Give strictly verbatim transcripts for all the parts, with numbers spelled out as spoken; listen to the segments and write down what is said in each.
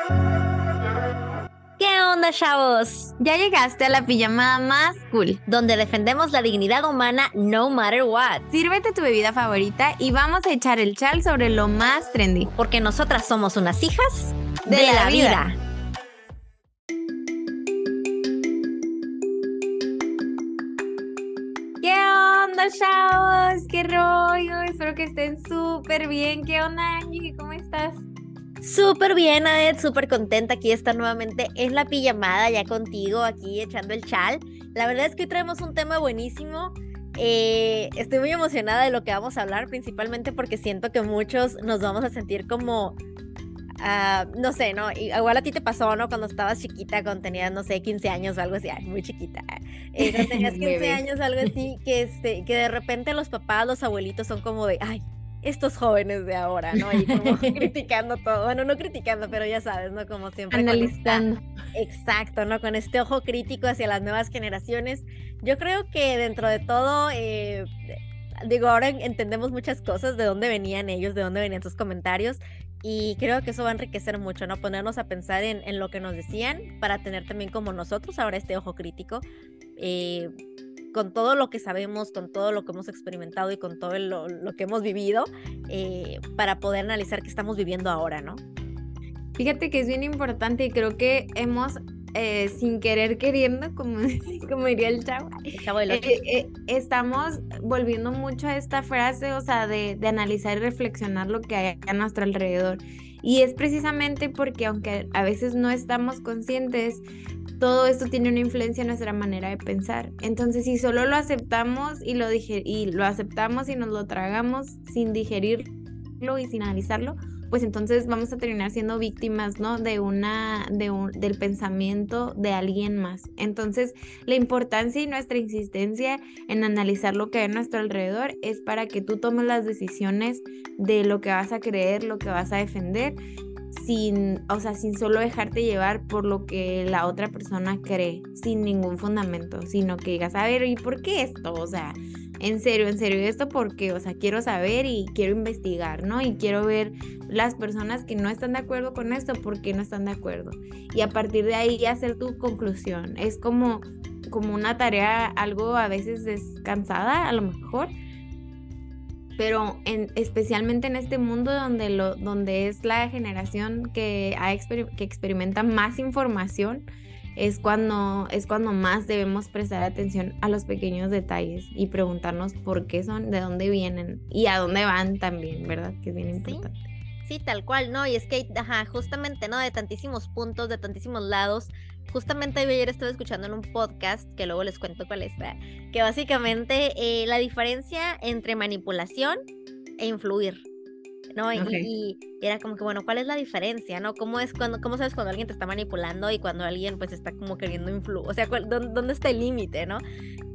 ¿Qué onda, chavos? Ya llegaste a la pijamada más cool, Donde defendemos la dignidad humana no matter what. Sírvete tu bebida favorita y vamos a echar el chal sobre lo más trendy. Porque nosotras somos unas hijas de, de la, la vida. vida. ¿Qué onda, chavos? ¿Qué rollo? Espero que estén súper bien. ¿Qué onda, Angie? ¿Cómo estás? Súper bien, Adet, súper contenta aquí de estar nuevamente en la pijamada, ya contigo, aquí echando el chal. La verdad es que hoy traemos un tema buenísimo. Eh, estoy muy emocionada de lo que vamos a hablar, principalmente porque siento que muchos nos vamos a sentir como... Uh, no sé, ¿no? Igual a ti te pasó, ¿no? Cuando estabas chiquita, cuando tenías, no sé, quince años o algo así, ay, muy chiquita. Eh, cuando tenías quince años o algo así, que, este, que de repente los papás, los abuelitos son como de, ay, estos jóvenes de ahora, ¿no? Y como criticando todo, bueno, no criticando, pero ya sabes, ¿no? Como siempre. Analizando. Esta, exacto, ¿no? Con este ojo crítico hacia las nuevas generaciones. Yo creo que dentro de todo, eh, digo, ahora entendemos muchas cosas, de dónde venían ellos, de dónde venían sus comentarios. Y creo que eso va a enriquecer mucho, ¿no? Ponernos a pensar en, en lo que nos decían para tener también como nosotros ahora este ojo crítico, eh, con todo lo que sabemos, con todo lo que hemos experimentado y con todo lo, lo que hemos vivido, eh, para poder analizar qué estamos viviendo ahora, ¿no? Fíjate que es bien importante y creo que hemos... Eh, sin querer queriendo, como, como diría el chavo, el chavo del ocho. Eh, eh, estamos volviendo mucho a esta frase, o sea, de, de analizar y reflexionar lo que hay a nuestro alrededor. Y es precisamente porque aunque a veces no estamos conscientes, todo esto tiene una influencia en nuestra manera de pensar. Entonces, si solo lo aceptamos y lo, diger- y lo aceptamos y nos lo tragamos sin digerirlo y sin analizarlo, pues entonces vamos a terminar siendo víctimas, ¿no? De una, de un, del pensamiento de alguien más. Entonces, la importancia y nuestra insistencia en analizar lo que hay a nuestro alrededor es para que tú tomes las decisiones de lo que vas a creer, lo que vas a defender, sin, o sea, sin solo dejarte llevar por lo que la otra persona cree, sin ningún fundamento, sino que digas, a ver, ¿y por qué esto? O sea, en serio, en serio, ¿esto por qué? O sea, quiero saber y quiero investigar, ¿no? Y quiero ver las personas que no están de acuerdo con esto, ¿por qué no están de acuerdo? Y a partir de ahí hacer tu conclusión. Es como, como una tarea algo a veces descansada, a lo mejor, pero en, especialmente en este mundo donde, lo, donde es la generación que, ha exper- que experimenta más información, es cuando, es cuando más debemos prestar atención a los pequeños detalles y preguntarnos por qué son, de dónde vienen y a dónde van también, ¿verdad? Que es bien importante. Sí, sí, tal cual, ¿no? Y es que, ajá, justamente, ¿no? De tantísimos puntos, de tantísimos lados. Justamente ayer estuve escuchando en un podcast, que luego les cuento cuál es, ¿verdad? Que básicamente eh, la diferencia entre manipulación e influir, ¿no? Okay. Y, y era como que, bueno, ¿cuál es la diferencia, no? ¿Cómo es cuando, cómo sabes cuando alguien te está manipulando y cuando alguien pues está como queriendo influir? O sea, ¿dónde, dónde está el límite, no?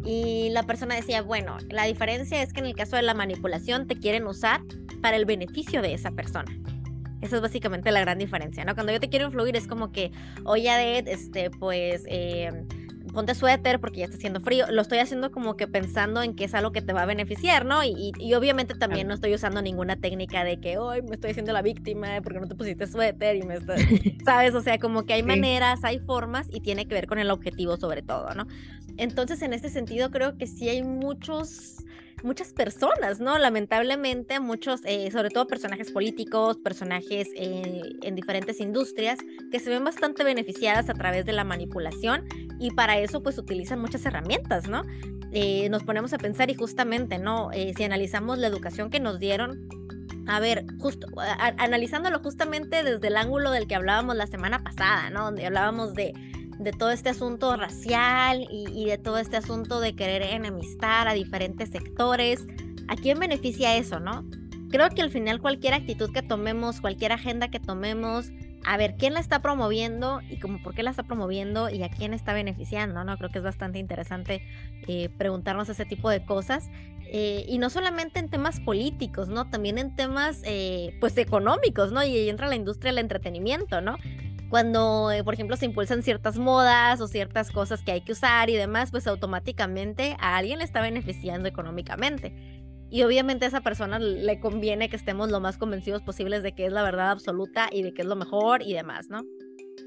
Y la persona decía, bueno, la diferencia es que en el caso de la manipulación te quieren usar para el beneficio de esa persona. Esa es básicamente la gran diferencia, ¿no? Cuando yo te quiero influir es como que, oye, Adet, este, pues... Eh, ponte suéter porque ya está haciendo frío. Lo estoy haciendo como que pensando en que es algo que te va a beneficiar, ¿no? Y, y, y obviamente también no estoy usando ninguna técnica de que hoy me estoy haciendo la víctima porque no te pusiste suéter y me estás, ¿sabes? O sea, como que hay sí. maneras, hay formas y tiene que ver con el objetivo sobre todo, ¿no? Entonces, en este sentido, creo que sí hay muchos... muchas personas, ¿no? Lamentablemente muchos, eh, sobre todo personajes políticos, personajes eh, en diferentes industrias, que se ven bastante beneficiadas a través de la manipulación y para eso pues utilizan muchas herramientas, ¿no? Eh, nos ponemos a pensar y justamente, ¿no? Eh, si analizamos la educación que nos dieron, a ver, justo, a, analizándolo justamente desde el ángulo del que hablábamos la semana pasada, ¿no? Donde hablábamos de de todo este asunto racial y, y de todo este asunto de querer enemistar a diferentes sectores. ¿A quién beneficia eso, no? Creo que al final cualquier actitud que tomemos, cualquier agenda que tomemos, a ver quién la está promoviendo y como por qué la está promoviendo y a quién está beneficiando, ¿no? Creo que es bastante interesante eh, preguntarnos ese tipo de cosas. Eh, y no solamente en temas políticos, ¿no? También en temas, eh, pues, económicos, ¿no? Y ahí entra la industria del entretenimiento, ¿no? Cuando, eh, por ejemplo, se impulsan ciertas modas o ciertas cosas que hay que usar y demás, pues automáticamente a alguien le está beneficiando económicamente. Y obviamente a esa persona le conviene que estemos lo más convencidos posibles de que es la verdad absoluta y de que es lo mejor y demás, ¿no?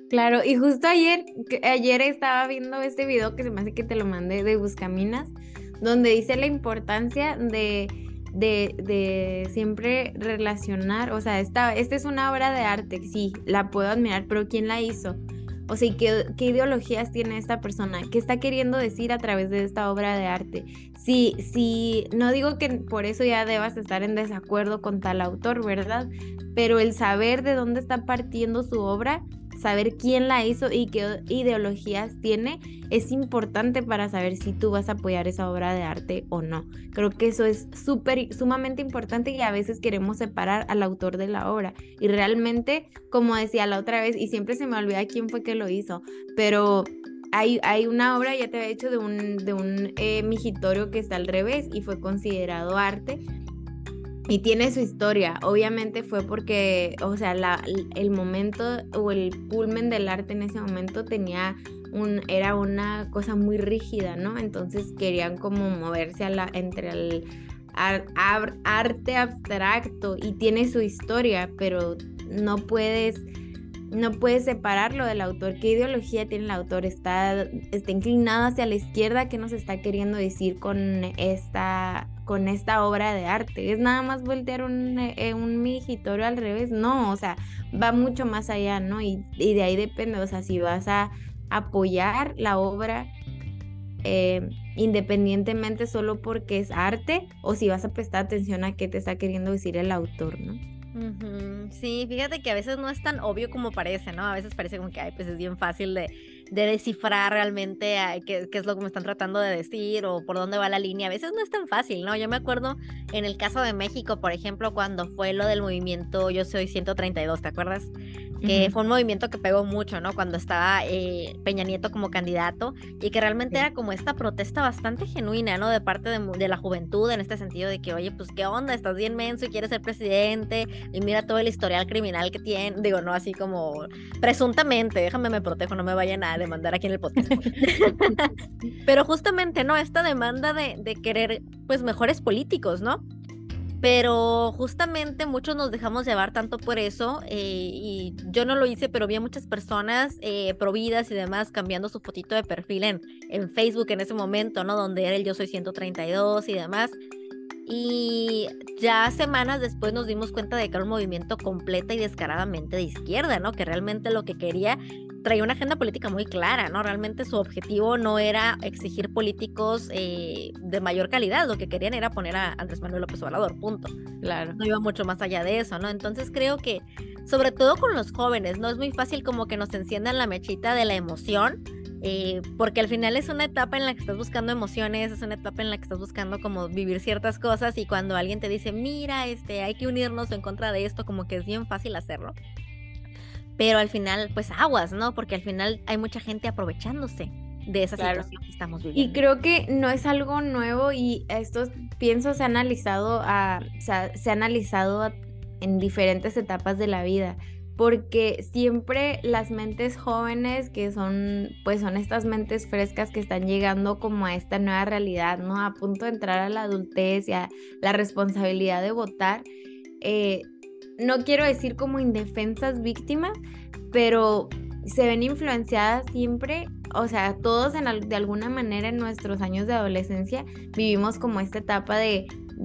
Claro, y justo ayer, que- ayer estaba viendo este video que se me hace que te lo mandé de Buscaminas, donde dice la importancia de, de, de siempre relacionar, o sea, esta, esta es una obra de arte, sí, la puedo admirar, pero ¿quién la hizo? O sea, ¿y ¿qué, qué ideologías tiene esta persona? ¿Qué está queriendo decir a través de esta obra de arte? Sí, sí, no digo que por eso ya debas estar en desacuerdo con tal autor, ¿verdad? Pero el saber de dónde está partiendo su obra, saber quién la hizo y qué ideologías tiene, es importante para saber si tú vas a apoyar esa obra de arte o no. Creo que eso es súper, sumamente importante y a veces queremos separar al autor de la obra. Y realmente, como decía la otra vez, y siempre se me olvida quién fue que lo hizo, pero hay, hay una obra, ya te había dicho, de un, de un eh, migitorio que está al revés y fue considerado arte. Y tiene su historia, obviamente fue porque, o sea, la, el momento o el culmen del arte en ese momento tenía un, era una cosa muy rígida, ¿no? Entonces querían como moverse a la, entre el ar- ar- arte abstracto y tiene su historia, pero no puedes, no puedes separarlo del autor. ¿Qué ideología tiene el autor? ¿Está, está inclinado hacia la izquierda? ¿Qué nos está queriendo decir con esta, con esta obra de arte? ¿Es nada más voltear un, eh, un migitorio al revés? No, o sea, va mucho más allá, ¿no? Y, y de ahí depende, o sea, si vas a apoyar la obra eh, independientemente solo porque es arte o si vas a prestar atención a qué te está queriendo decir el autor, ¿no? Ujú. Sí, fíjate que a veces no es tan obvio como parece, ¿no? A veces parece como que, ay, pues es bien fácil de, de descifrar realmente ay, qué, qué es lo que me están tratando de decir o por dónde va la línea. A veces no es tan fácil, ¿no? Yo me acuerdo en el caso de México, por ejemplo, cuando fue lo del movimiento Yo Soy ciento treinta y dos, ¿te acuerdas? Que Ujú. fue un movimiento que pegó mucho, ¿no? Cuando estaba eh, Peña Nieto como candidato y que realmente Sí. era como esta protesta bastante genuina, ¿no? De parte de, mu- de la juventud en este sentido de que, oye, pues, ¿qué onda? Estás bien menso y quieres ser presidente y mira todo el historial criminal que tiene, digo, no así como presuntamente, déjame me protejo, no me vayan a demandar aquí en el podcast. Pero justamente, ¿no? Esta demanda de, de querer, pues, mejores políticos, ¿no? Pero justamente muchos nos dejamos llevar tanto por eso eh, y yo no lo hice, pero vi a muchas personas eh, providas y demás cambiando su fotito de perfil en, en Facebook en ese momento, ¿no? Donde era el Yo Soy ciento treinta y dos y demás. Y ya semanas después nos dimos cuenta de que era un movimiento completa y descaradamente de izquierda, ¿no? Que realmente lo que quería traía una agenda política muy clara, ¿no? Realmente su objetivo no era exigir políticos eh, de mayor calidad, lo que querían era poner a Andrés Manuel López Obrador, punto. Claro. No iba mucho más allá de eso, ¿no? Entonces creo que, sobre todo con los jóvenes, ¿no? Es muy fácil como que nos enciendan la mechita de la emoción, eh, porque al final es una etapa en la que estás buscando emociones, es una etapa en la que estás buscando como vivir ciertas cosas y cuando alguien te dice, mira, este, hay que unirnos en contra de esto, como que es bien fácil hacerlo. Pero al final, pues aguas, ¿no? Porque al final hay mucha gente aprovechándose de esa Claro. situación que estamos Y viviendo. creo que no es algo nuevo y esto pienso se ha analizado a, se ha, se ha analizado a- en diferentes etapas de la vida, porque siempre las mentes jóvenes que son, pues son estas mentes frescas que están llegando como a esta nueva realidad, ¿no? A punto de entrar a la adultez y a la responsabilidad de votar. eh, no quiero decir como indefensas víctimas, pero se ven influenciadas siempre, o sea, todos en al- de alguna manera en nuestros años de adolescencia vivimos como esta etapa de,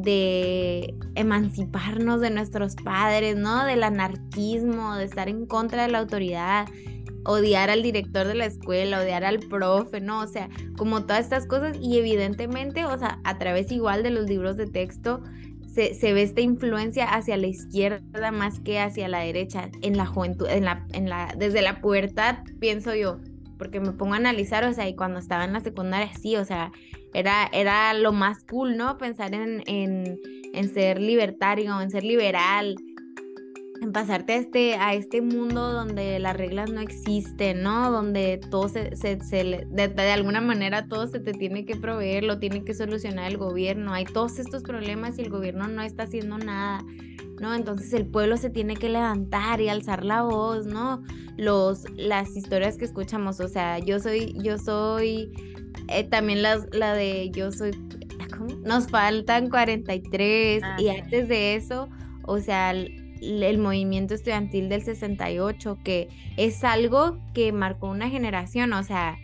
de emanciparnos de nuestros padres, ¿no? Del anarquismo, de estar en contra de la autoridad, odiar al director de la escuela, odiar al profe, ¿no? O sea, como todas estas cosas y evidentemente, o sea, a través igual de los libros de texto se, se ve esta influencia hacia la izquierda más que hacia la derecha en la juventud, en la, en la, desde la pubertad, pienso yo, porque me pongo a analizar, o sea, y cuando estaba en la secundaria, sí, o sea, era, era lo más cool, ¿no? Pensar en, en, en ser libertario, en ser liberal, en pasarte a este, a este mundo donde las reglas no existen, ¿no? Donde todo se, se, se le- de, de alguna manera todo se te tiene que proveer, lo tiene que solucionar el gobierno. Hay todos estos problemas y el gobierno no está haciendo nada, ¿no? Entonces el pueblo se tiene que levantar y alzar la voz, ¿no? Los, las historias que escuchamos, o sea, yo soy, yo soy, eh, también las, la de yo soy, ¿cómo? Nos faltan cuarenta y tres Ah, y sí. antes de eso, o sea el movimiento estudiantil del sesenta y ocho, que es algo que marcó una generación, o sea,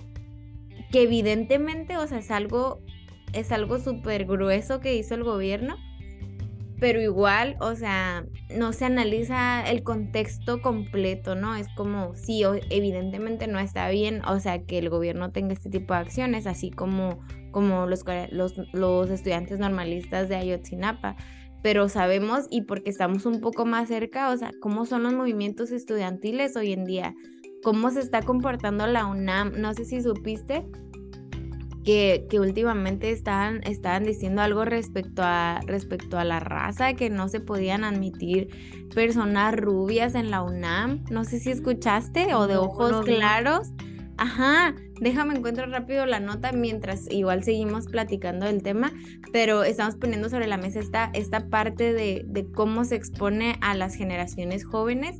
que evidentemente, o sea, es algo, es algo súper grueso que hizo el gobierno, pero igual, o sea, no se analiza el contexto completo, ¿no? Es como, sí, evidentemente no está bien, o sea, que el gobierno tenga este tipo de acciones, así como, como los, los, los estudiantes normalistas de Ayotzinapa, pero sabemos, y porque estamos un poco más cerca, o sea, cómo son los movimientos estudiantiles hoy en día, cómo se está comportando la UNAM, no sé si supiste, Que, que últimamente estaban, estaban diciendo algo respecto a, respecto a la raza, que no se podían admitir personas rubias en la UNAM. No sé si escuchaste, o de No, ojos no vi. claros. Ajá, déjame encuentro rápido la nota mientras igual seguimos platicando del tema, pero estamos poniendo sobre la mesa esta, esta parte de, de cómo se expone a las generaciones jóvenes,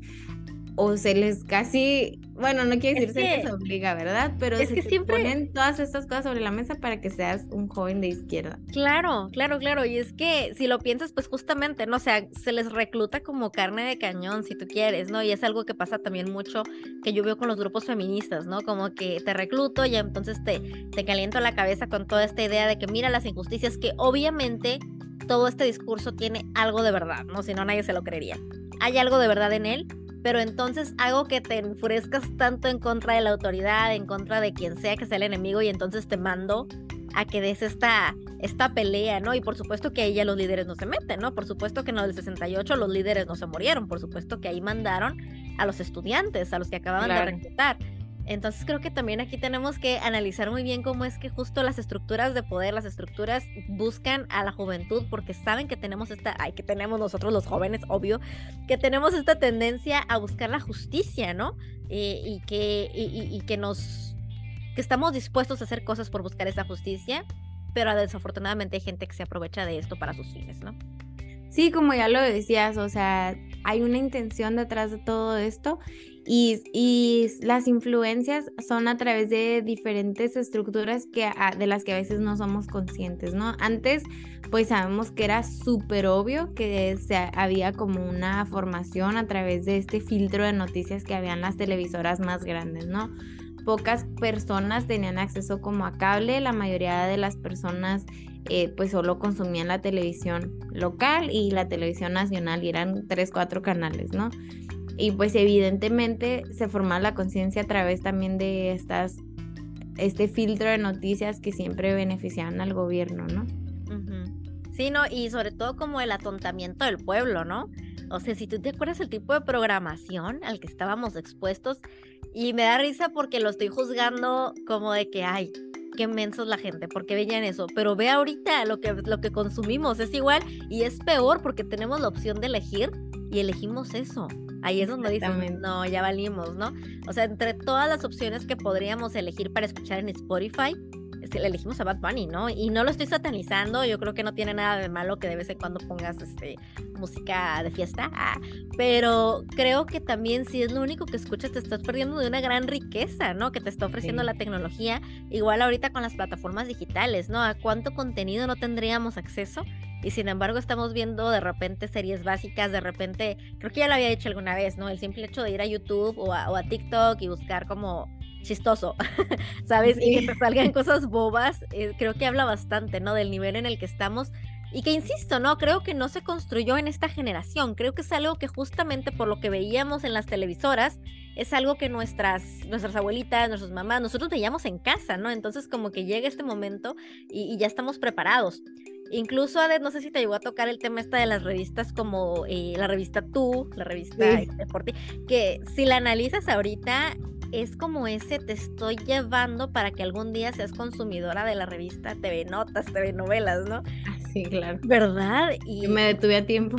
o se les casi, bueno, no quiere decir Es se les que, obliga, ¿verdad? Pero es se que te siempre, ponen todas estas cosas sobre la mesa para que seas un joven de izquierda. claro, claro, claro, y es que si lo piensas, pues justamente, ¿no? O sea, se les recluta como carne de cañón, si tú quieres, ¿no? Y es algo que pasa también mucho, que yo veo con los grupos feministas, ¿no? Como que te recluto y entonces te, te caliento la cabeza con toda esta idea de que mira las injusticias, que obviamente todo este discurso tiene algo de verdad, ¿no? Si no, nadie se lo creería. Hay algo de verdad en él, pero entonces hago que te enfurezcas tanto en contra de la autoridad, en contra de quien sea que sea el enemigo, y entonces te mando a que des esta, esta pelea, ¿no? Y por supuesto que ahí ya los líderes no se meten, ¿no? Por supuesto que en lo del sesenta y ocho los líderes no se murieron, por supuesto que ahí mandaron a los estudiantes, a los que acababan Claro. de reclutar. Entonces creo que también aquí tenemos que analizar muy bien cómo es que justo las estructuras de poder, las estructuras buscan a la juventud, porque saben que tenemos esta, ay, que tenemos nosotros los jóvenes, obvio, que tenemos esta tendencia a buscar la justicia, ¿no? Eh, y que, y, y, y que nos, que estamos dispuestos a hacer cosas por buscar esa justicia, pero desafortunadamente hay gente que se aprovecha de esto para sus fines, ¿no? Sí, como ya lo decías, o sea, hay una intención detrás de todo esto, y, y las influencias son a través de diferentes estructuras que, a, de las que a veces no somos conscientes, ¿no? Antes, pues sabemos que era súper obvio que se, había como una formación a través de este filtro de noticias que habían las televisoras más grandes, ¿no? Pocas personas tenían acceso como a cable, la mayoría de las personas eh, pues solo consumían la televisión local y la televisión nacional, y eran tres, cuatro canales, ¿no? Y pues evidentemente se formaba la conciencia a través también de estas, este filtro de noticias que siempre beneficiaban al gobierno, ¿no? Uh-huh. Sí, no, y sobre todo como el atontamiento del pueblo, ¿no? O sea, si tú te acuerdas el tipo de programación al que estábamos expuestos, y me da risa porque lo estoy juzgando como de que, ay, qué mensos la gente, porque veían eso, pero ve ahorita lo que, lo que consumimos, es igual y es peor porque tenemos la opción de elegir y elegimos eso. Ahí es donde dicen, no, ya valimos, ¿no? O sea, entre todas las opciones que podríamos elegir para escuchar en Spotify, es, le elegimos a Bad Bunny, ¿no? Y no lo estoy satanizando, yo creo que no tiene nada de malo que de vez en cuando pongas este, música de fiesta, ah, pero creo que también si es lo único que escuchas te estás perdiendo de una gran riqueza, ¿no? Que te está ofreciendo sí. la tecnología, igual ahorita con las plataformas digitales, ¿no? ¿A cuánto contenido no tendríamos acceso? Y sin embargo estamos viendo de repente series básicas, de repente, creo que ya lo había dicho alguna vez, ¿no? El simple hecho de ir a YouTube o a, o a TikTok y buscar como chistoso, ¿sabes? Sí. Y que te salgan cosas bobas, eh, creo que habla bastante, ¿no? Del nivel en el que estamos. Y que insisto, ¿no? Creo que no se construyó en esta generación, creo que es algo que justamente por lo que veíamos en las televisoras, es algo que nuestras, nuestras abuelitas, nuestras mamás, nosotros veíamos en casa, ¿no? Entonces como que llega este momento y, y ya estamos preparados. Incluso, no sé si te llegó a tocar el tema esta de las revistas como eh, la revista Tú, la revista sí. Deporte, que si la analizas ahorita, es como ese te estoy llevando para que algún día seas consumidora de la revista T V Notas, T V Novelas, ¿no? Sí, claro. ¿Verdad? Y yo me detuve a tiempo.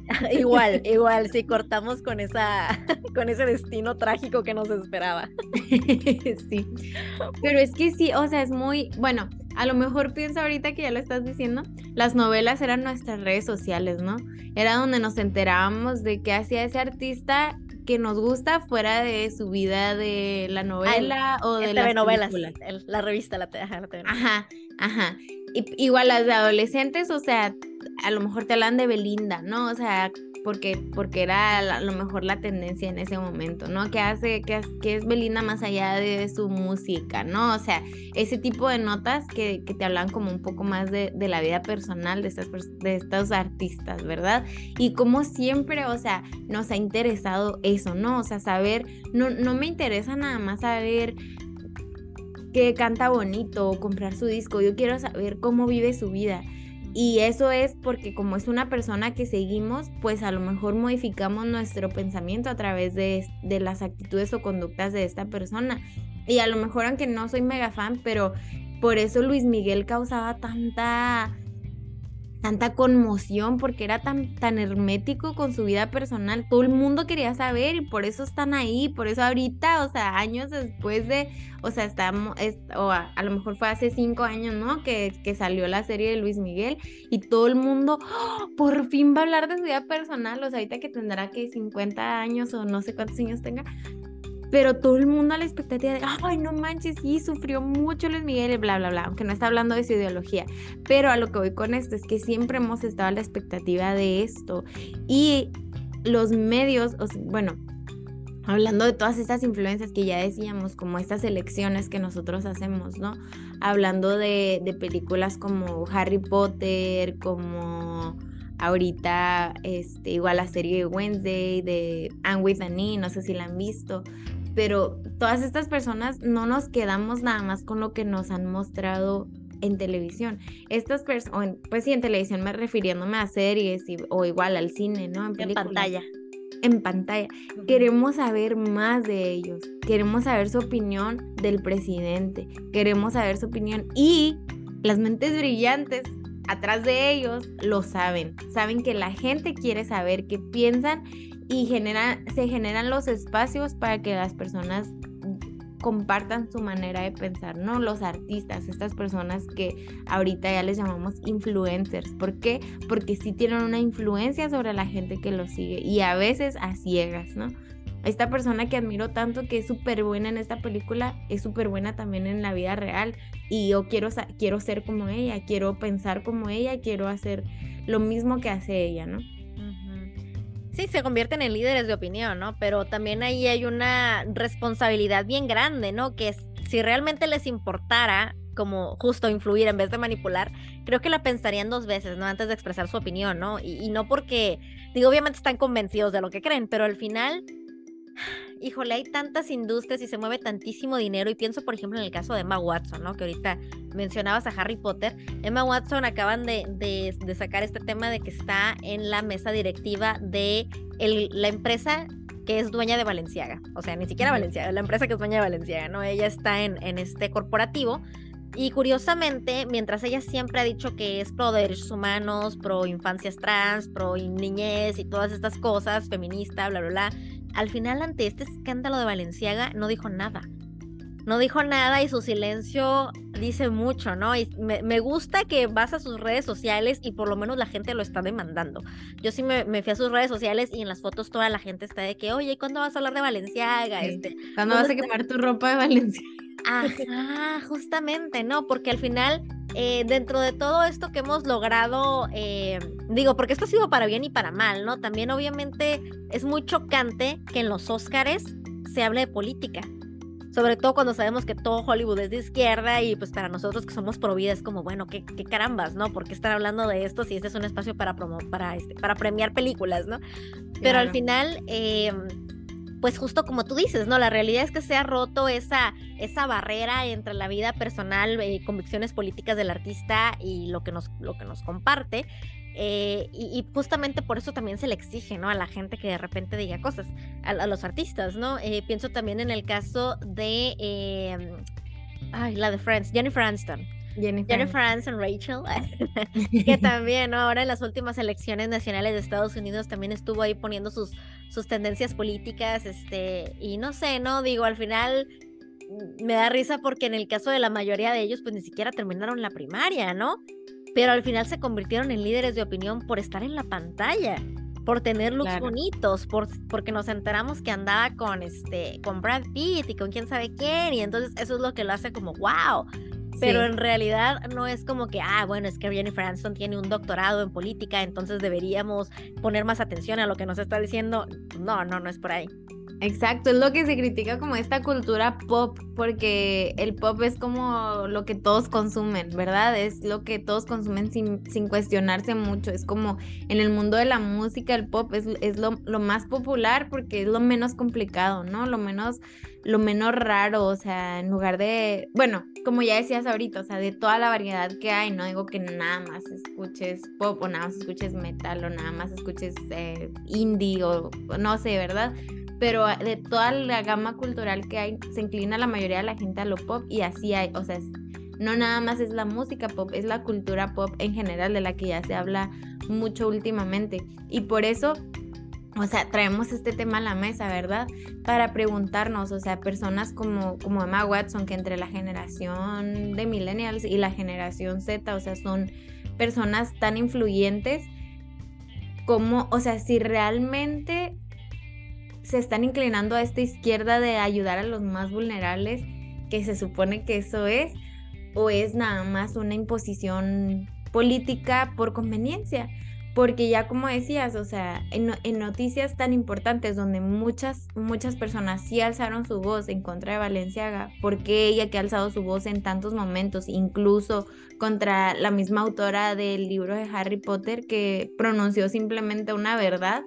igual, igual, sí, cortamos con esa, con ese destino trágico que nos esperaba. Sí, pero es que sí, o sea, es muy, bueno, a lo mejor pienso ahorita que ya lo estás diciendo, las novelas eran nuestras redes sociales, ¿no? Era donde nos enterábamos de qué hacía ese artista que nos gusta fuera de su vida de la novela Ay, o de las novelas, la revista, la, ajá, la T V. Ajá, ajá. Y, igual las de adolescentes, o sea, a lo mejor te hablan de Belinda, ¿no? O sea, porque, porque era a lo mejor la tendencia en ese momento, ¿no? ¿Qué hace, qué, qué es Belinda más allá de su música, ¿no? O sea, ese tipo de notas que, que te hablan como un poco más de, de la vida personal de estas, de estos artistas, ¿verdad? Y como siempre, o sea, nos ha interesado eso, ¿no? O sea, saber, no, no me interesa nada más saber que canta bonito o comprar su disco, yo quiero saber cómo vive su vida. Y eso es porque como es una persona que seguimos, pues a lo mejor modificamos nuestro pensamiento a través de, de las actitudes o conductas de esta persona. Y a lo mejor, aunque no soy mega fan, pero por eso Luis Miguel causaba tanta... tanta conmoción, porque era tan, tan hermético con su vida personal. Todo el mundo quería saber y por eso están ahí, por eso ahorita, o sea, años después de, o sea, estamos, es, o a, a lo mejor fue hace cinco años, ¿no? Que, que salió la serie de Luis Miguel y todo el mundo, ¡oh!, por fin va a hablar de su vida personal, o sea, ahorita que tendrá que cincuenta años o no sé cuántos años tenga. Pero todo el mundo a la expectativa de, ay, no manches, sí, sufrió mucho Luis Miguel y bla, bla, bla, aunque no está hablando de su ideología. Pero a lo que voy con esto es que siempre hemos estado a la expectativa de esto. Y los medios, o sea, bueno, hablando de todas estas influencias que ya decíamos, como estas elecciones que nosotros hacemos, ¿no? Hablando de, de películas como Harry Potter, como... ahorita, este, igual la serie de Wednesday, de Anne with an E, no sé si la han visto, pero todas estas personas no nos quedamos nada más con lo que nos han mostrado en televisión. Estas personas, pues sí, en televisión me refiriéndome a series y, o igual al cine, ¿no? En, en pantalla. En pantalla. Uh-huh. Queremos saber más de ellos, queremos saber su opinión del presidente, queremos saber su opinión y las mentes brillantes atrás de ellos lo saben, saben que la gente quiere saber qué piensan y genera, se generan los espacios para que las personas compartan su manera de pensar, ¿no? Los artistas, estas personas que ahorita ya les llamamos influencers. ¿Por qué? Porque sí tienen una influencia sobre la gente que los sigue y a veces a ciegas, ¿no? Esta persona que admiro tanto, que es súper buena en esta película, es súper buena también en la vida real y yo quiero, quiero ser como ella, quiero pensar como ella, quiero hacer lo mismo que hace ella, ¿no? Sí, se convierten en líderes de opinión, ¿no? Pero también ahí hay una responsabilidad bien grande, ¿no? Que si realmente les importara como justo influir en vez de manipular, creo que la pensarían dos veces, ¿no? Antes de expresar su opinión, ¿no? Y, y no porque, digo, obviamente están convencidos de lo que creen, pero al final... híjole, hay tantas industrias y se mueve tantísimo dinero y pienso, por ejemplo, en el caso de Emma Watson, ¿no? Que ahorita mencionabas a Harry Potter. Emma Watson acaban de, de, de sacar este tema de que está en la mesa directiva de el, la empresa que es dueña de Balenciaga, o sea, ni siquiera Balenciaga, la empresa que es dueña de Balenciaga, ¿no? Ella está en, en este corporativo. Y curiosamente, mientras ella siempre ha dicho que es pro derechos humanos, pro infancias trans, pro niñez y todas estas cosas, feminista, bla, bla, bla, al final ante este escándalo de Balenciaga no dijo nada. No dijo nada y su silencio dice mucho, ¿no? Y me, me gusta que vas a sus redes sociales y por lo menos la gente lo está demandando. Yo sí me, me fui a sus redes sociales y en las fotos toda la gente está de que, oye, ¿cuándo vas a hablar de Balenciaga? Sí. Este, ¿Cuándo vas a quemar tu ropa de Balenciaga? Ajá, justamente, ¿no? Porque al final, eh, dentro de todo esto que hemos logrado, eh, digo, porque esto ha sido para bien y para mal, ¿no? También obviamente es muy chocante que en los Óscares se hable de política. Sobre todo cuando sabemos que todo Hollywood es de izquierda y pues para nosotros que somos pro vida es como, bueno, qué, qué carambas, ¿no? ¿Por qué están hablando de esto si este es un espacio para, promo para, este, para premiar películas, ¿no? Claro. Pero al final... Eh, pues justo como tú dices, ¿no? La realidad es que se ha roto esa, esa barrera entre la vida personal, eh, convicciones políticas del artista y lo que nos, lo que nos comparte. Eh, y, y justamente por eso también se le exige, ¿no? A la gente que de repente diga cosas, a, a los artistas, ¿no? Eh, pienso también en el caso de, eh, ay, la de Friends, Jennifer Aniston. Jennifer, Jennifer Aniston, Rachel, que también, ¿no? Ahora en las últimas elecciones nacionales de Estados Unidos también estuvo ahí poniendo sus, sus tendencias políticas, este, y no sé, ¿no? Digo, al final me da risa porque en el caso de la mayoría de ellos, pues ni siquiera terminaron la primaria, ¿no? Pero al final se convirtieron en líderes de opinión por estar en la pantalla, por tener looks claro. bonitos, por, porque nos enteramos que andaba con, este, con Brad Pitt y con quién sabe quién, y entonces eso es lo que lo hace como, wow. pero Sí. en realidad no es como que, ah, bueno, es que Jennifer Aniston tiene un doctorado en política, entonces deberíamos poner más atención a lo que nos está diciendo. No, no, no es por ahí. Exacto, es lo que se critica como esta cultura pop, porque el pop es como lo que todos consumen, ¿verdad? Es lo que todos consumen sin, sin cuestionarse mucho. Es como en el mundo de la música, el pop es, es lo, lo más popular porque es lo menos complicado, ¿no? Lo menos, lo menos raro, o sea, en lugar de, bueno, como ya decías ahorita, o sea, de toda la variedad que hay, no digo que nada más escuches pop o nada más escuches metal o nada más escuches eh, indie o no sé, ¿verdad? Pero de toda la gama cultural que hay, se inclina la mayoría de la gente a lo pop y así hay, o sea, es, no nada más es la música pop, es la cultura pop en general de la que ya se habla mucho últimamente. Y por eso, o sea, traemos este tema a la mesa, ¿verdad? Para preguntarnos, o sea, personas como, como Emma Watson, que entre la generación de millennials y la generación Z, o sea, son personas tan influyentes como, o sea, si realmente se están inclinando a esta izquierda de ayudar a los más vulnerables, que se supone que eso es, o es nada más una imposición política por conveniencia, porque ya como decías, o sea, en, en noticias tan importantes donde muchas, muchas personas sí alzaron su voz en contra de Balenciaga, porque ella que ha alzado su voz en tantos momentos, incluso contra la misma autora del libro de Harry Potter que pronunció simplemente una verdad,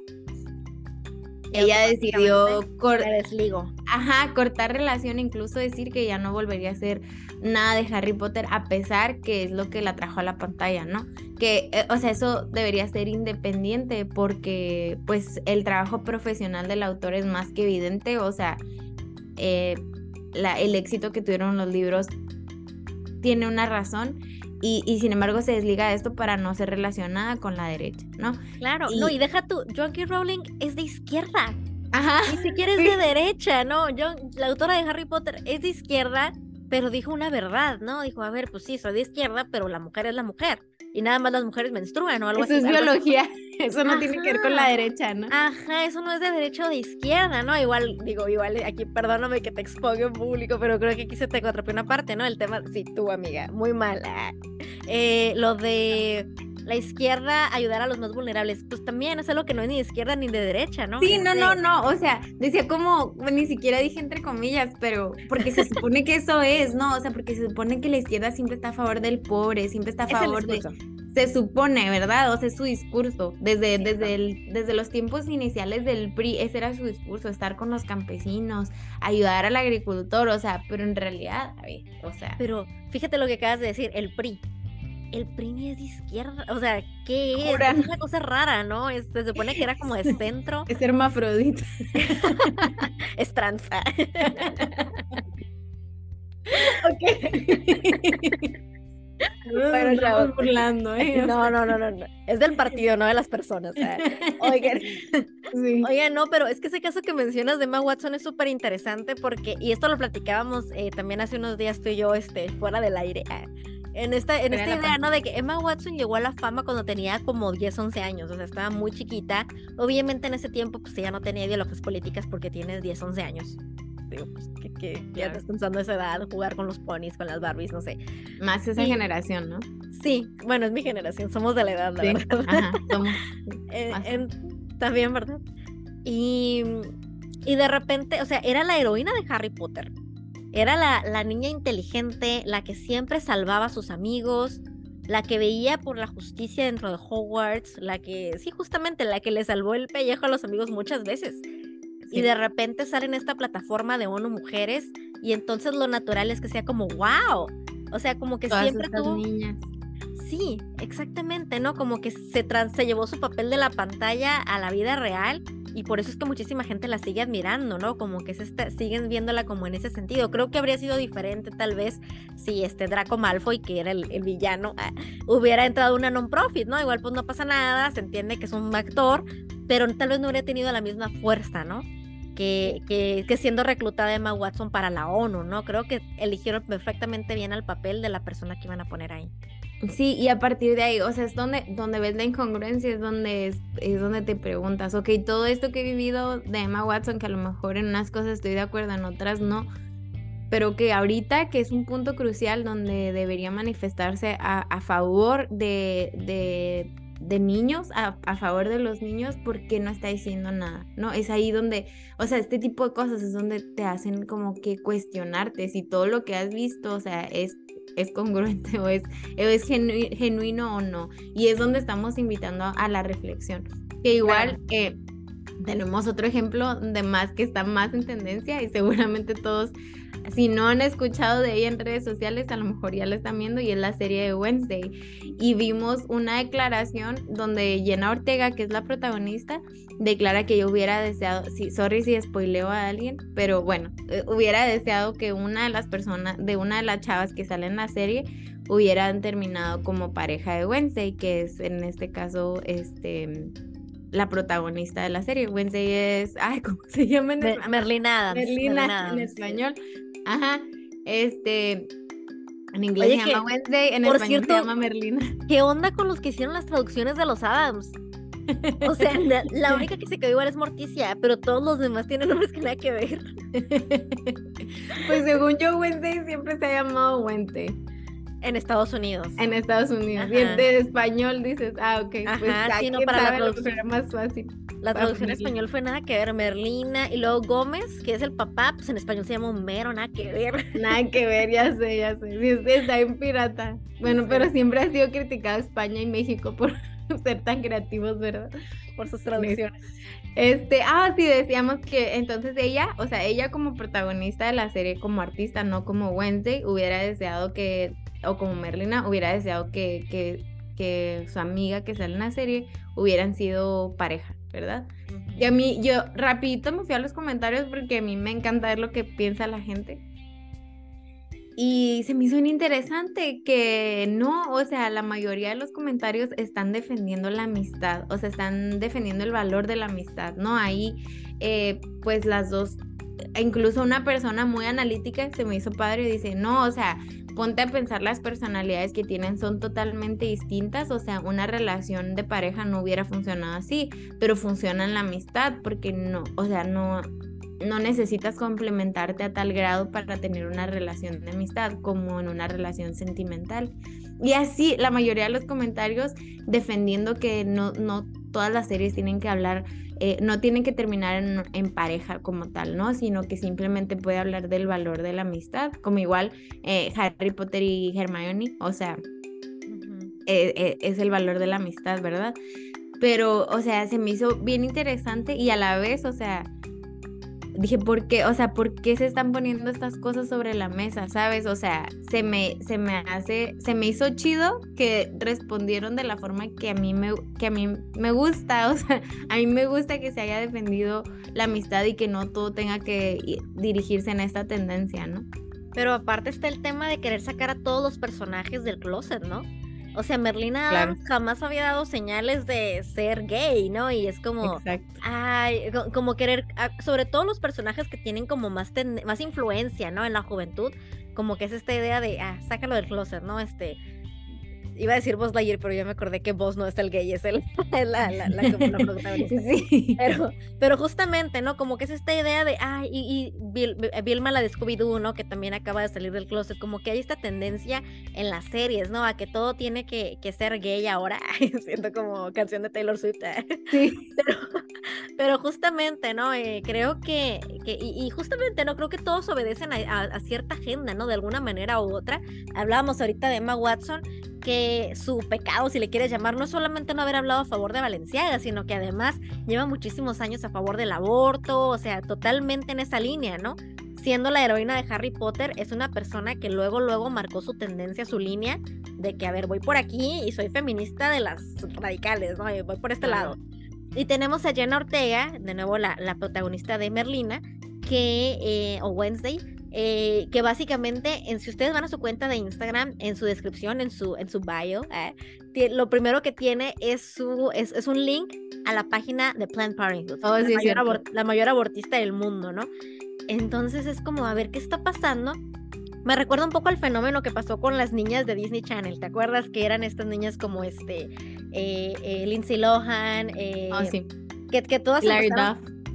ella decidió cor me desligo. Ajá, cortar relación, incluso decir que ya no volvería a hacer nada de Harry Potter, a pesar que es lo que la trajo a la pantalla, ¿no? Que, eh, o sea, eso debería ser independiente porque, pues, el trabajo profesional del autor es más que evidente, o sea, eh, la, el éxito que tuvieron los libros tiene una razón. Y, y sin embargo se desliga de esto para no ser relacionada con la derecha, ¿no? Claro, Y- no, y deja tú, Joan K. Rowling es de izquierda, Ajá. ni siquiera es Sí. de derecha, ¿no? John, la autora de Harry Potter es de izquierda, pero dijo una verdad, ¿no? Dijo, a ver, pues sí, soy de izquierda, pero la mujer es la mujer, y nada más las mujeres menstruan o algo Eso así. es algo así. biología, eso no tiene que ver con la Ajá. derecha, ¿no? Ajá, eso no es de derecha o de izquierda, ¿no? Igual, digo, igual aquí, perdóname que te exponga en público, pero creo que aquí se te atropió una parte, ¿no? El tema, sí, tú, amiga, muy mala. Eh, lo de la izquierda ayudar a los más vulnerables, pues también es algo que no es ni de izquierda ni de derecha, ¿no? Sí, Es no, de- no, no, o sea, decía como, bueno, ni siquiera dije entre comillas, pero porque se supone que eso es, ¿no? O sea, porque se supone que la izquierda siempre está a favor del pobre, siempre está a Es el favor de... discurso. Se supone, ¿verdad? O sea, es su discurso. Desde, Sí, desde, el, desde los tiempos iniciales del P R I, ese era su discurso, estar con los campesinos, ayudar al agricultor, o sea, pero en realidad, a ver, o sea... Pero fíjate lo que acabas de decir, el P R I. El P R I ni es de izquierda, o sea, ¿qué es? Jura. Es una cosa rara, ¿no? Es- se supone que era como de centro, Es hermafrodita. es tranza. Nos Bueno, estamos chavos. burlando, ¿eh? O No, sea, no, no, no, no. Es del partido, no de las personas. ¿eh? Oigan, sí. oigan, no, pero es que ese caso que mencionas de Emma Watson es súper interesante porque, y esto lo platicábamos eh, también hace unos días tú y yo, este, fuera del aire. ah, En esta, en Fuera esta de la idea, ¿no? De que Emma Watson llegó a la fama cuando tenía como diez, once años, o sea, estaba muy chiquita. Obviamente en ese tiempo, pues ella no tenía ideologías políticas porque tiene diez, once años. Digo, pues, que, que ya Claro. estás pensando a esa edad, jugar con los ponis, con las Barbies, no sé. Más esa Sí. generación, ¿no? Sí, bueno, es mi generación, somos de la edad, la Sí. verdad. Ajá, somos En- más- en- también, ¿verdad? Y, y de repente, o sea, era la heroína de Harry Potter. Era la, la niña inteligente, la que siempre salvaba a sus amigos, la que veía por la justicia dentro de Hogwarts, la que, sí, justamente, la que le salvó el pellejo a los amigos muchas veces. Y Sí. de repente sale en esta plataforma de ONU Mujeres y entonces lo natural es que sea como, wow. O sea, como que todas siempre estas tuvo... niñas. Sí, exactamente, ¿no? Como que se, trans- se llevó su papel de la pantalla a la vida real y por eso es que muchísima gente la sigue admirando, ¿no? Como que se está- siguen viéndola como en ese sentido. Creo que habría sido diferente tal vez si este Draco Malfoy, que era el, el villano, ah, hubiera entrado a una non-profit, ¿no? Igual pues no pasa nada, se entiende que es un actor, pero tal vez no hubiera tenido la misma fuerza, ¿no? Que, que, que siendo reclutada Emma Watson para la ONU, ¿no? Creo que eligieron perfectamente bien al papel de la persona que iban a poner ahí. Sí, y a partir de ahí, o sea, es donde, donde ves la incongruencia, es donde, es, es donde te preguntas, ok, todo esto que he vivido de Emma Watson, que a lo mejor en unas cosas estoy de acuerdo, en otras no, pero que ahorita que es un punto crucial donde debería manifestarse a, a favor de, de, de niños, a, a favor de los niños, ¿por qué no está diciendo nada? ¿No? Es ahí donde, o sea, este tipo de cosas es donde te hacen como que cuestionarte si todo lo que has visto, o sea, es es congruente o es, o es genu- genuino o no, y es donde estamos invitando a la reflexión, que igual claro. eh, tenemos otro ejemplo de más que está más en tendencia y seguramente todos, si no han escuchado de ella en redes sociales, a lo mejor ya la están viendo, y es la serie de Wednesday. Y vimos una declaración donde Jenna Ortega, que es la protagonista, declara que yo hubiera deseado, sí, sorry si spoileo a alguien, pero bueno, eh, hubiera deseado que una de las personas, de una de las chavas que sale en la serie, hubieran terminado como pareja de Wednesday, que es en este caso, este... la protagonista de la serie. Wednesday es, ay, ¿cómo se llama en Mer- español? Merlina Adams. Merlina, Merlina en Adams, español. Ajá, este, en inglés Oye, se que, llama Wednesday, en por español cierto, se llama Merlina. ¿Qué onda con los que hicieron las traducciones de los Adams? O sea, la, la única que se quedó igual es Morticia, pero todos los demás tienen nombres que nada que ver. Pues según yo, Wednesday siempre se ha llamado Wednesday. En Estados Unidos. En Estados Unidos. Ajá. Y en de español dices, ah, ok. Ajá, pues sí, no, quién para la sabe, traducción. era más fácil. La traducción en ponerle. español fue nada que ver, Merlina, y luego Gómez, que es el papá, pues en español se llama Homero, nada que ver. Nada que ver, ya sé, ya sé. Sí, está en pirata. Bueno, Sí. pero siempre ha sido criticado España y México por ser tan creativos, ¿verdad? Por sus traducciones. Este, ah, sí, decíamos que entonces ella, o sea, ella como protagonista de la serie, como artista, no como Wednesday, hubiera deseado que, o como Merlina, hubiera deseado que, que, que su amiga que sale en la serie hubieran sido pareja, ¿verdad? Uh-huh. Y a mí, yo rapidito me fui a los comentarios porque a mí me encanta ver lo que piensa la gente. Y se me hizo bien interesante que no, o sea, la mayoría de los comentarios están defendiendo la amistad, o sea, están defendiendo el valor de la amistad, ¿no? Ahí, eh, pues las dos, incluso una persona muy analítica se me hizo padre y dice, no, o sea, ponte a pensar, las personalidades que tienen son totalmente distintas, o sea, una relación de pareja no hubiera funcionado así, pero funciona en la amistad porque no, o sea, no... no necesitas complementarte a tal grado para tener una relación de amistad como en una relación sentimental. Y así la mayoría de los comentarios defendiendo que no, no todas las series tienen que hablar, eh, no tienen que terminar en, en pareja como tal, ¿no? Sino que simplemente puede hablar del valor de la amistad, como igual eh, Harry Potter y Hermione, o sea, uh-huh. eh, eh, es el valor de la amistad, ¿verdad? Pero, o sea, se me hizo bien interesante y a la vez, o sea, dije, ¿por qué? O sea, ¿por qué se están poniendo estas cosas sobre la mesa? ¿Sabes? O sea, se me, se me hace, se me hizo chido que respondieron de la forma que a mí me, que a mí me gusta. O sea, a mí me gusta que se haya defendido la amistad y que no todo tenga que dirigirse en esta tendencia, ¿no? Pero aparte está el tema de querer sacar a todos los personajes del closet, ¿no? O sea, Merlina claro. Adams jamás había dado señales de ser gay, ¿no? Y es como, Exacto. ay, como querer, sobre todo los personajes que tienen como más, ten, más influencia, ¿no? En la juventud, como que es esta idea de, ah, sácalo del closet, ¿no? Este, iba a decir Buzz Lightyear, pero ya me acordé que Buzz no es el gay, es el, la, la, la, la, la protagonista. Sí. Pero, pero justamente, ¿no? Como que es esta idea de, ay, y, y Vil, Vilma la de Scooby-Doo, ¿no? Que también acaba de salir del closet, como que hay esta tendencia en las series, ¿no? A que todo tiene que, que ser gay ahora. Siento como canción de Taylor Swift. Sí. Pero, pero justamente, ¿no? Eh, creo que, que y, y justamente, ¿no? Creo que todos obedecen a, a, a cierta agenda, ¿no? De alguna manera u otra. Hablábamos ahorita de Emma Watson, que su pecado, si le quieres llamar, no es solamente no haber hablado a favor de Balenciaga, sino que además lleva muchísimos años a favor del aborto, o sea, totalmente en esa línea, ¿no? Siendo la heroína de Harry Potter, es una persona que luego, luego marcó su tendencia, su línea, de que, a ver, voy por aquí y soy feminista de las radicales, ¿no? Voy por este lado. Y tenemos a Jenna Ortega, de nuevo la, la protagonista de Merlina, que, eh, o Wednesday, Eh, que básicamente, en, si ustedes van a su cuenta de Instagram, en su descripción, en su, en su bio, eh, t- lo primero que tiene es, su, es, es un link a la página de Planned Parenthood, oh, la, sí, mayor abort- la mayor abortista del mundo, ¿no? Entonces es como, a ver, ¿qué está pasando? Me recuerda un poco al fenómeno que pasó con las niñas de Disney Channel, ¿te acuerdas? Que eran estas niñas como este, eh, eh, Lindsay Lohan, eh, oh, sí. que, que todas Larry empezaron... Duff.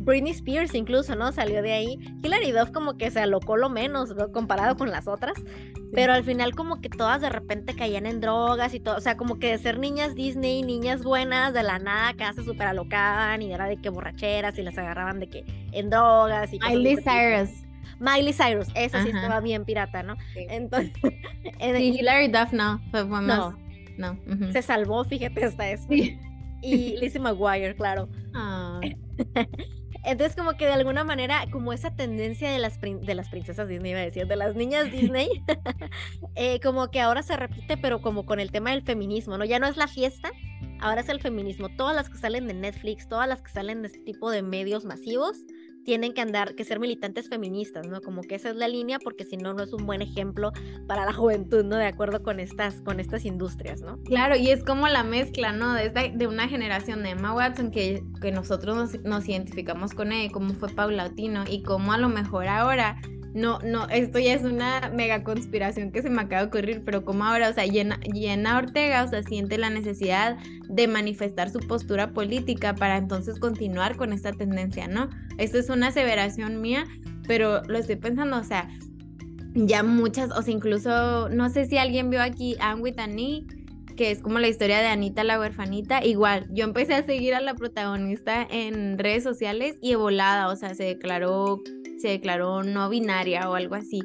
Britney Spears incluso, ¿no? Salió de ahí. Hilary Duff como que se alocó lo menos, ¿no? Comparado con las otras. Sí. Pero al final como que todas de repente caían en drogas y todo. O sea, como que de ser niñas Disney, niñas buenas, de la nada acá se súper alocaban y era de que borracheras y las agarraban de que en drogas y cosas. Miley Cyrus. Miley Cyrus, esa sí estaba bien pirata, ¿no? Sí. Entonces... sí, Hilary Duff no, fue más... No, no. Uh-huh. Se salvó, fíjate, hasta eso. Sí. Y Lizzie McGuire, claro. Oh. Entonces como que de alguna manera, como esa tendencia de las, prin- de las princesas Disney, iba a decir, de las niñas Disney, eh, como que ahora se repite, pero como con el tema del feminismo, ¿no? Ya no es la fiesta, ahora es el feminismo. Todas las que salen de Netflix, todas las que salen de este tipo de medios masivos, tienen que andar, que ser militantes feministas, ¿no? Como que esa es la línea, porque si no, no es un buen ejemplo para la juventud, ¿no? De acuerdo con estas, con estas industrias, ¿no? Claro, y es como la mezcla, ¿no? De, esta, de una generación de Emma Watson que, que nosotros nos, nos identificamos con ella, cómo fue paulatino, y cómo a lo mejor ahora... No, no, esto ya es una mega conspiración que se me acaba de ocurrir, pero como ahora, o sea, Jenna, Jenna Ortega, o sea, siente la necesidad de manifestar su postura política para entonces continuar con esta tendencia, ¿no? Esto es una aseveración mía, pero lo estoy pensando, o sea, ya muchas, o sea, incluso, no sé si alguien vio aquí Anne with an E, que es como la historia de Anita la huerfanita. Igual, yo empecé a seguir a la protagonista en redes sociales y de volada, o sea, se declaró... se declaró no binaria o algo así.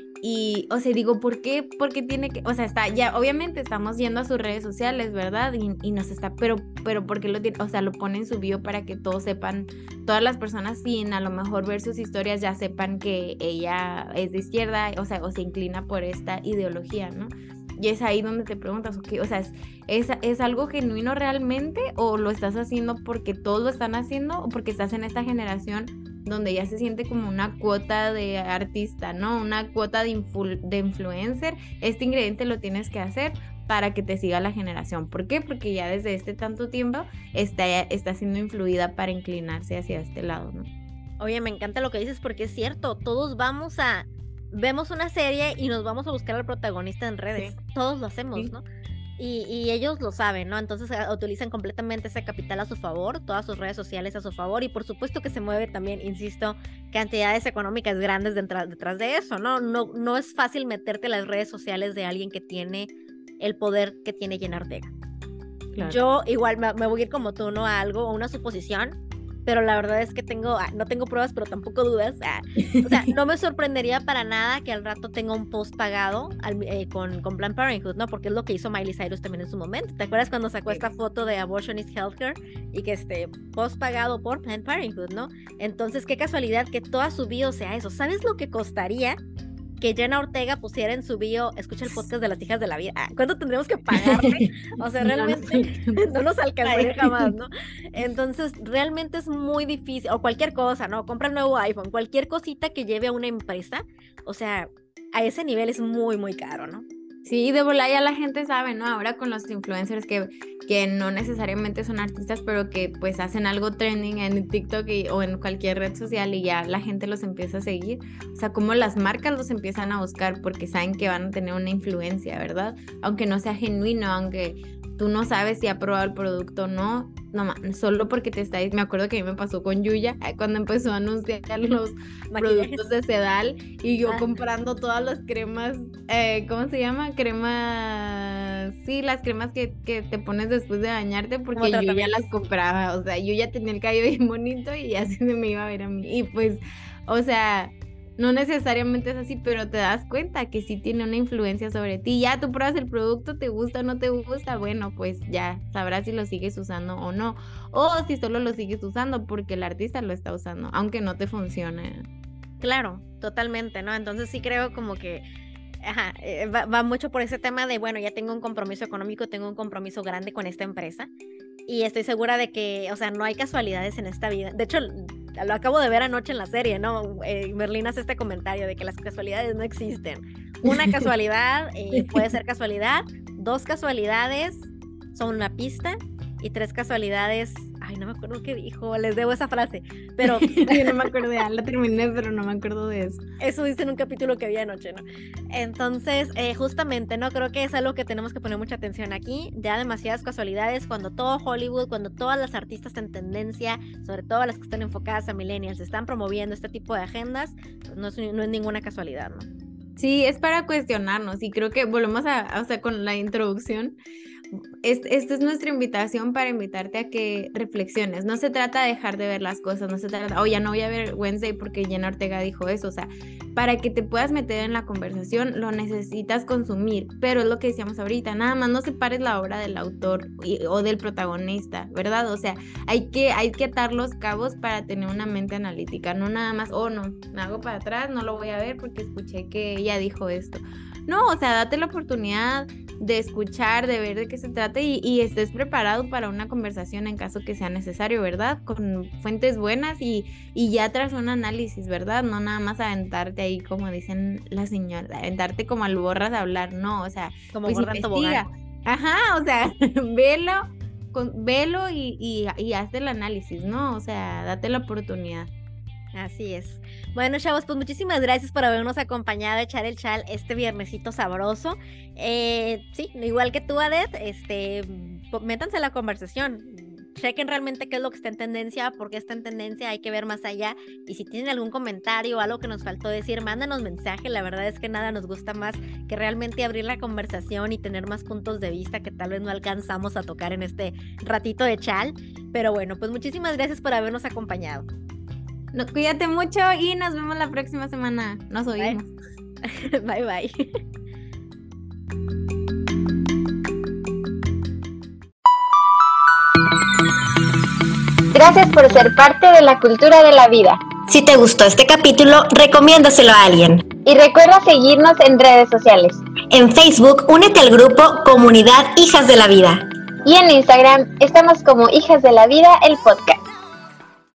Y, o sea, digo, ¿por qué? Porque tiene que, o sea, está, ya, obviamente estamos yendo a sus redes sociales, ¿verdad? Y, y nos está, pero, pero ¿por qué lo tiene? O sea, lo pone en su bio para que todos sepan, todas las personas sin a lo mejor ver sus historias ya sepan que ella es de izquierda, o sea, o se inclina por esta ideología, ¿no? Y es ahí donde te preguntas, okay, o sea, ¿es, es, ¿es algo genuino realmente o lo estás haciendo porque todos lo están haciendo o porque estás en esta generación donde ya se siente como una cuota de artista, ¿no? Una cuota de, influ- de influencer? Este ingrediente lo tienes que hacer para que te siga la generación. ¿Por qué? Porque ya desde este tanto tiempo está, está siendo influida para inclinarse hacia este lado, ¿no? Oye, me encanta lo que dices porque es cierto, todos vamos a... Vemos una serie y nos vamos a buscar al protagonista en redes. Sí. Todos lo hacemos, sí. ¿no? Y, y ellos lo saben, ¿no? Entonces uh, utilizan completamente ese capital a su favor, todas sus redes sociales a su favor, y por supuesto que se mueve también, insisto, cantidades económicas grandes detrás, detrás de eso, ¿no? No, no es fácil meterte en las redes sociales de alguien que tiene el poder que tiene Jenna Ortega. Claro. Yo igual me, me voy a ir como tú, ¿no? A algo, a una suposición, pero la verdad es que tengo, ah, no tengo pruebas, pero tampoco dudas. Ah, o sea, no me sorprendería para nada que al rato tenga un post pagado al, eh, con, con Planned Parenthood, ¿no? Porque es lo que hizo Miley Cyrus también en su momento. ¿Te acuerdas cuando sacó esta foto de Abortion is Healthcare y que este post pagado por Planned Parenthood, ¿no? Entonces, qué casualidad que toda su bio sea eso. ¿Sabes lo que costaría que Jenna Ortega pusiera en su bio, escucha el podcast de las hijas de la vida? ¿Cuánto tendríamos que pagarle? O sea, realmente no, no nos alcanzaría jamás, ¿no? Entonces, realmente es muy difícil, o cualquier cosa, ¿no? Compra el nuevo iPhone, cualquier cosita que lleve a una empresa, o sea, a ese nivel es muy, muy caro, ¿no? Sí, de volada ya la gente sabe, ¿no? Ahora con los influencers que, que no necesariamente son artistas, pero que pues hacen algo trending en TikTok y, o en cualquier red social y ya la gente los empieza a seguir. O sea, como las marcas los empiezan a buscar porque saben que van a tener una influencia, ¿verdad? Aunque no sea genuino, aunque tú no sabes si ha probado el producto o no, no, solo porque te está... Me acuerdo que a mí me pasó con Yuya, cuando empezó a anunciar los productos de Sedal y yo ah. comprando todas las cremas, eh, ¿cómo se llama? Cremas... Sí, las cremas que, que te pones después de bañarte, porque yo ya las compraba, o sea, yo ya tenía el cabello bien bonito y así se me iba a ver a mí. Y pues, o sea... No necesariamente es así, pero te das cuenta que sí tiene una influencia sobre ti. Ya tú pruebas el producto, te gusta o no te gusta, bueno, pues ya sabrás si lo sigues usando o no. O si solo lo sigues usando porque el artista lo está usando, aunque no te funcione. Claro, totalmente, ¿no? Entonces sí creo como que ajá, eh, va, va mucho por ese tema de, bueno, ya tengo un compromiso económico, tengo un compromiso grande con esta empresa. Y estoy segura de que, o sea, no hay casualidades en esta vida. De hecho, lo acabo de ver anoche en la serie, ¿no? Eh, Merlín hace este comentario de que las casualidades no existen. Una casualidad eh, puede ser casualidad, dos casualidades son una pista y tres casualidades, ay, no me acuerdo qué dijo, les debo esa frase, pero... Yo no me acuerdo, ya la terminé, pero no me acuerdo de eso. Eso dice en un capítulo que había anoche, ¿no? Entonces, eh, justamente, ¿no? Creo que es algo que tenemos que poner mucha atención aquí, ya demasiadas casualidades, cuando todo Hollywood, cuando todas las artistas en tendencia, sobre todo las que están enfocadas a millennials, están promoviendo este tipo de agendas, pues no es, no es ninguna casualidad, ¿no? Sí, es para cuestionarnos y creo que volvemos a, o sea, con la introducción, esta este es nuestra invitación para invitarte a que reflexiones. No se trata de dejar de ver las cosas, no se trata, oh, ya no voy a ver Wednesday porque Jenna Ortega dijo eso, o sea, para que te puedas meter en la conversación lo necesitas consumir, pero es lo que decíamos ahorita, nada más no separes la obra del autor y, o del protagonista, ¿verdad? O sea, hay que, hay que atar los cabos para tener una mente analítica, no nada más, oh, no, me hago para atrás, no lo voy a ver porque escuché que ella dijo esto. No, o sea, date la oportunidad de escuchar, de ver de qué se trata y, y estés preparado para una conversación en caso que sea necesario, ¿verdad? Con fuentes buenas y, y ya tras un análisis, ¿verdad? No nada más aventarte ahí, como dicen las señoras, aventarte como alborras a hablar, no, o sea, como pues investiga. Ajá, o sea, velo, con, velo y, y, y haz el análisis, ¿no? O sea, date la oportunidad. Así es. Bueno, chavos, pues muchísimas gracias por habernos acompañado a echar el chal este viernesito sabroso. Eh, sí, igual que tú, Adet, este, métanse a la conversación. Chequen realmente qué es lo que está en tendencia, por qué está en tendencia, hay que ver más allá. Y si tienen algún comentario o algo que nos faltó decir, mándanos mensaje. La verdad es que nada nos gusta más que realmente abrir la conversación y tener más puntos de vista que tal vez no alcanzamos a tocar en este ratito de chal. Pero bueno, pues muchísimas gracias por habernos acompañado. No, cuídate mucho y nos vemos la próxima semana. Nos oímos. Bye, bye. Bye. Gracias por ser parte de la cultura de la vida. Si te gustó este capítulo, recomiéndaselo a alguien. Y recuerda seguirnos en redes sociales. En Facebook, únete al grupo Comunidad Hijas de la Vida. Y en Instagram estamos como Hijas de la Vida, el podcast.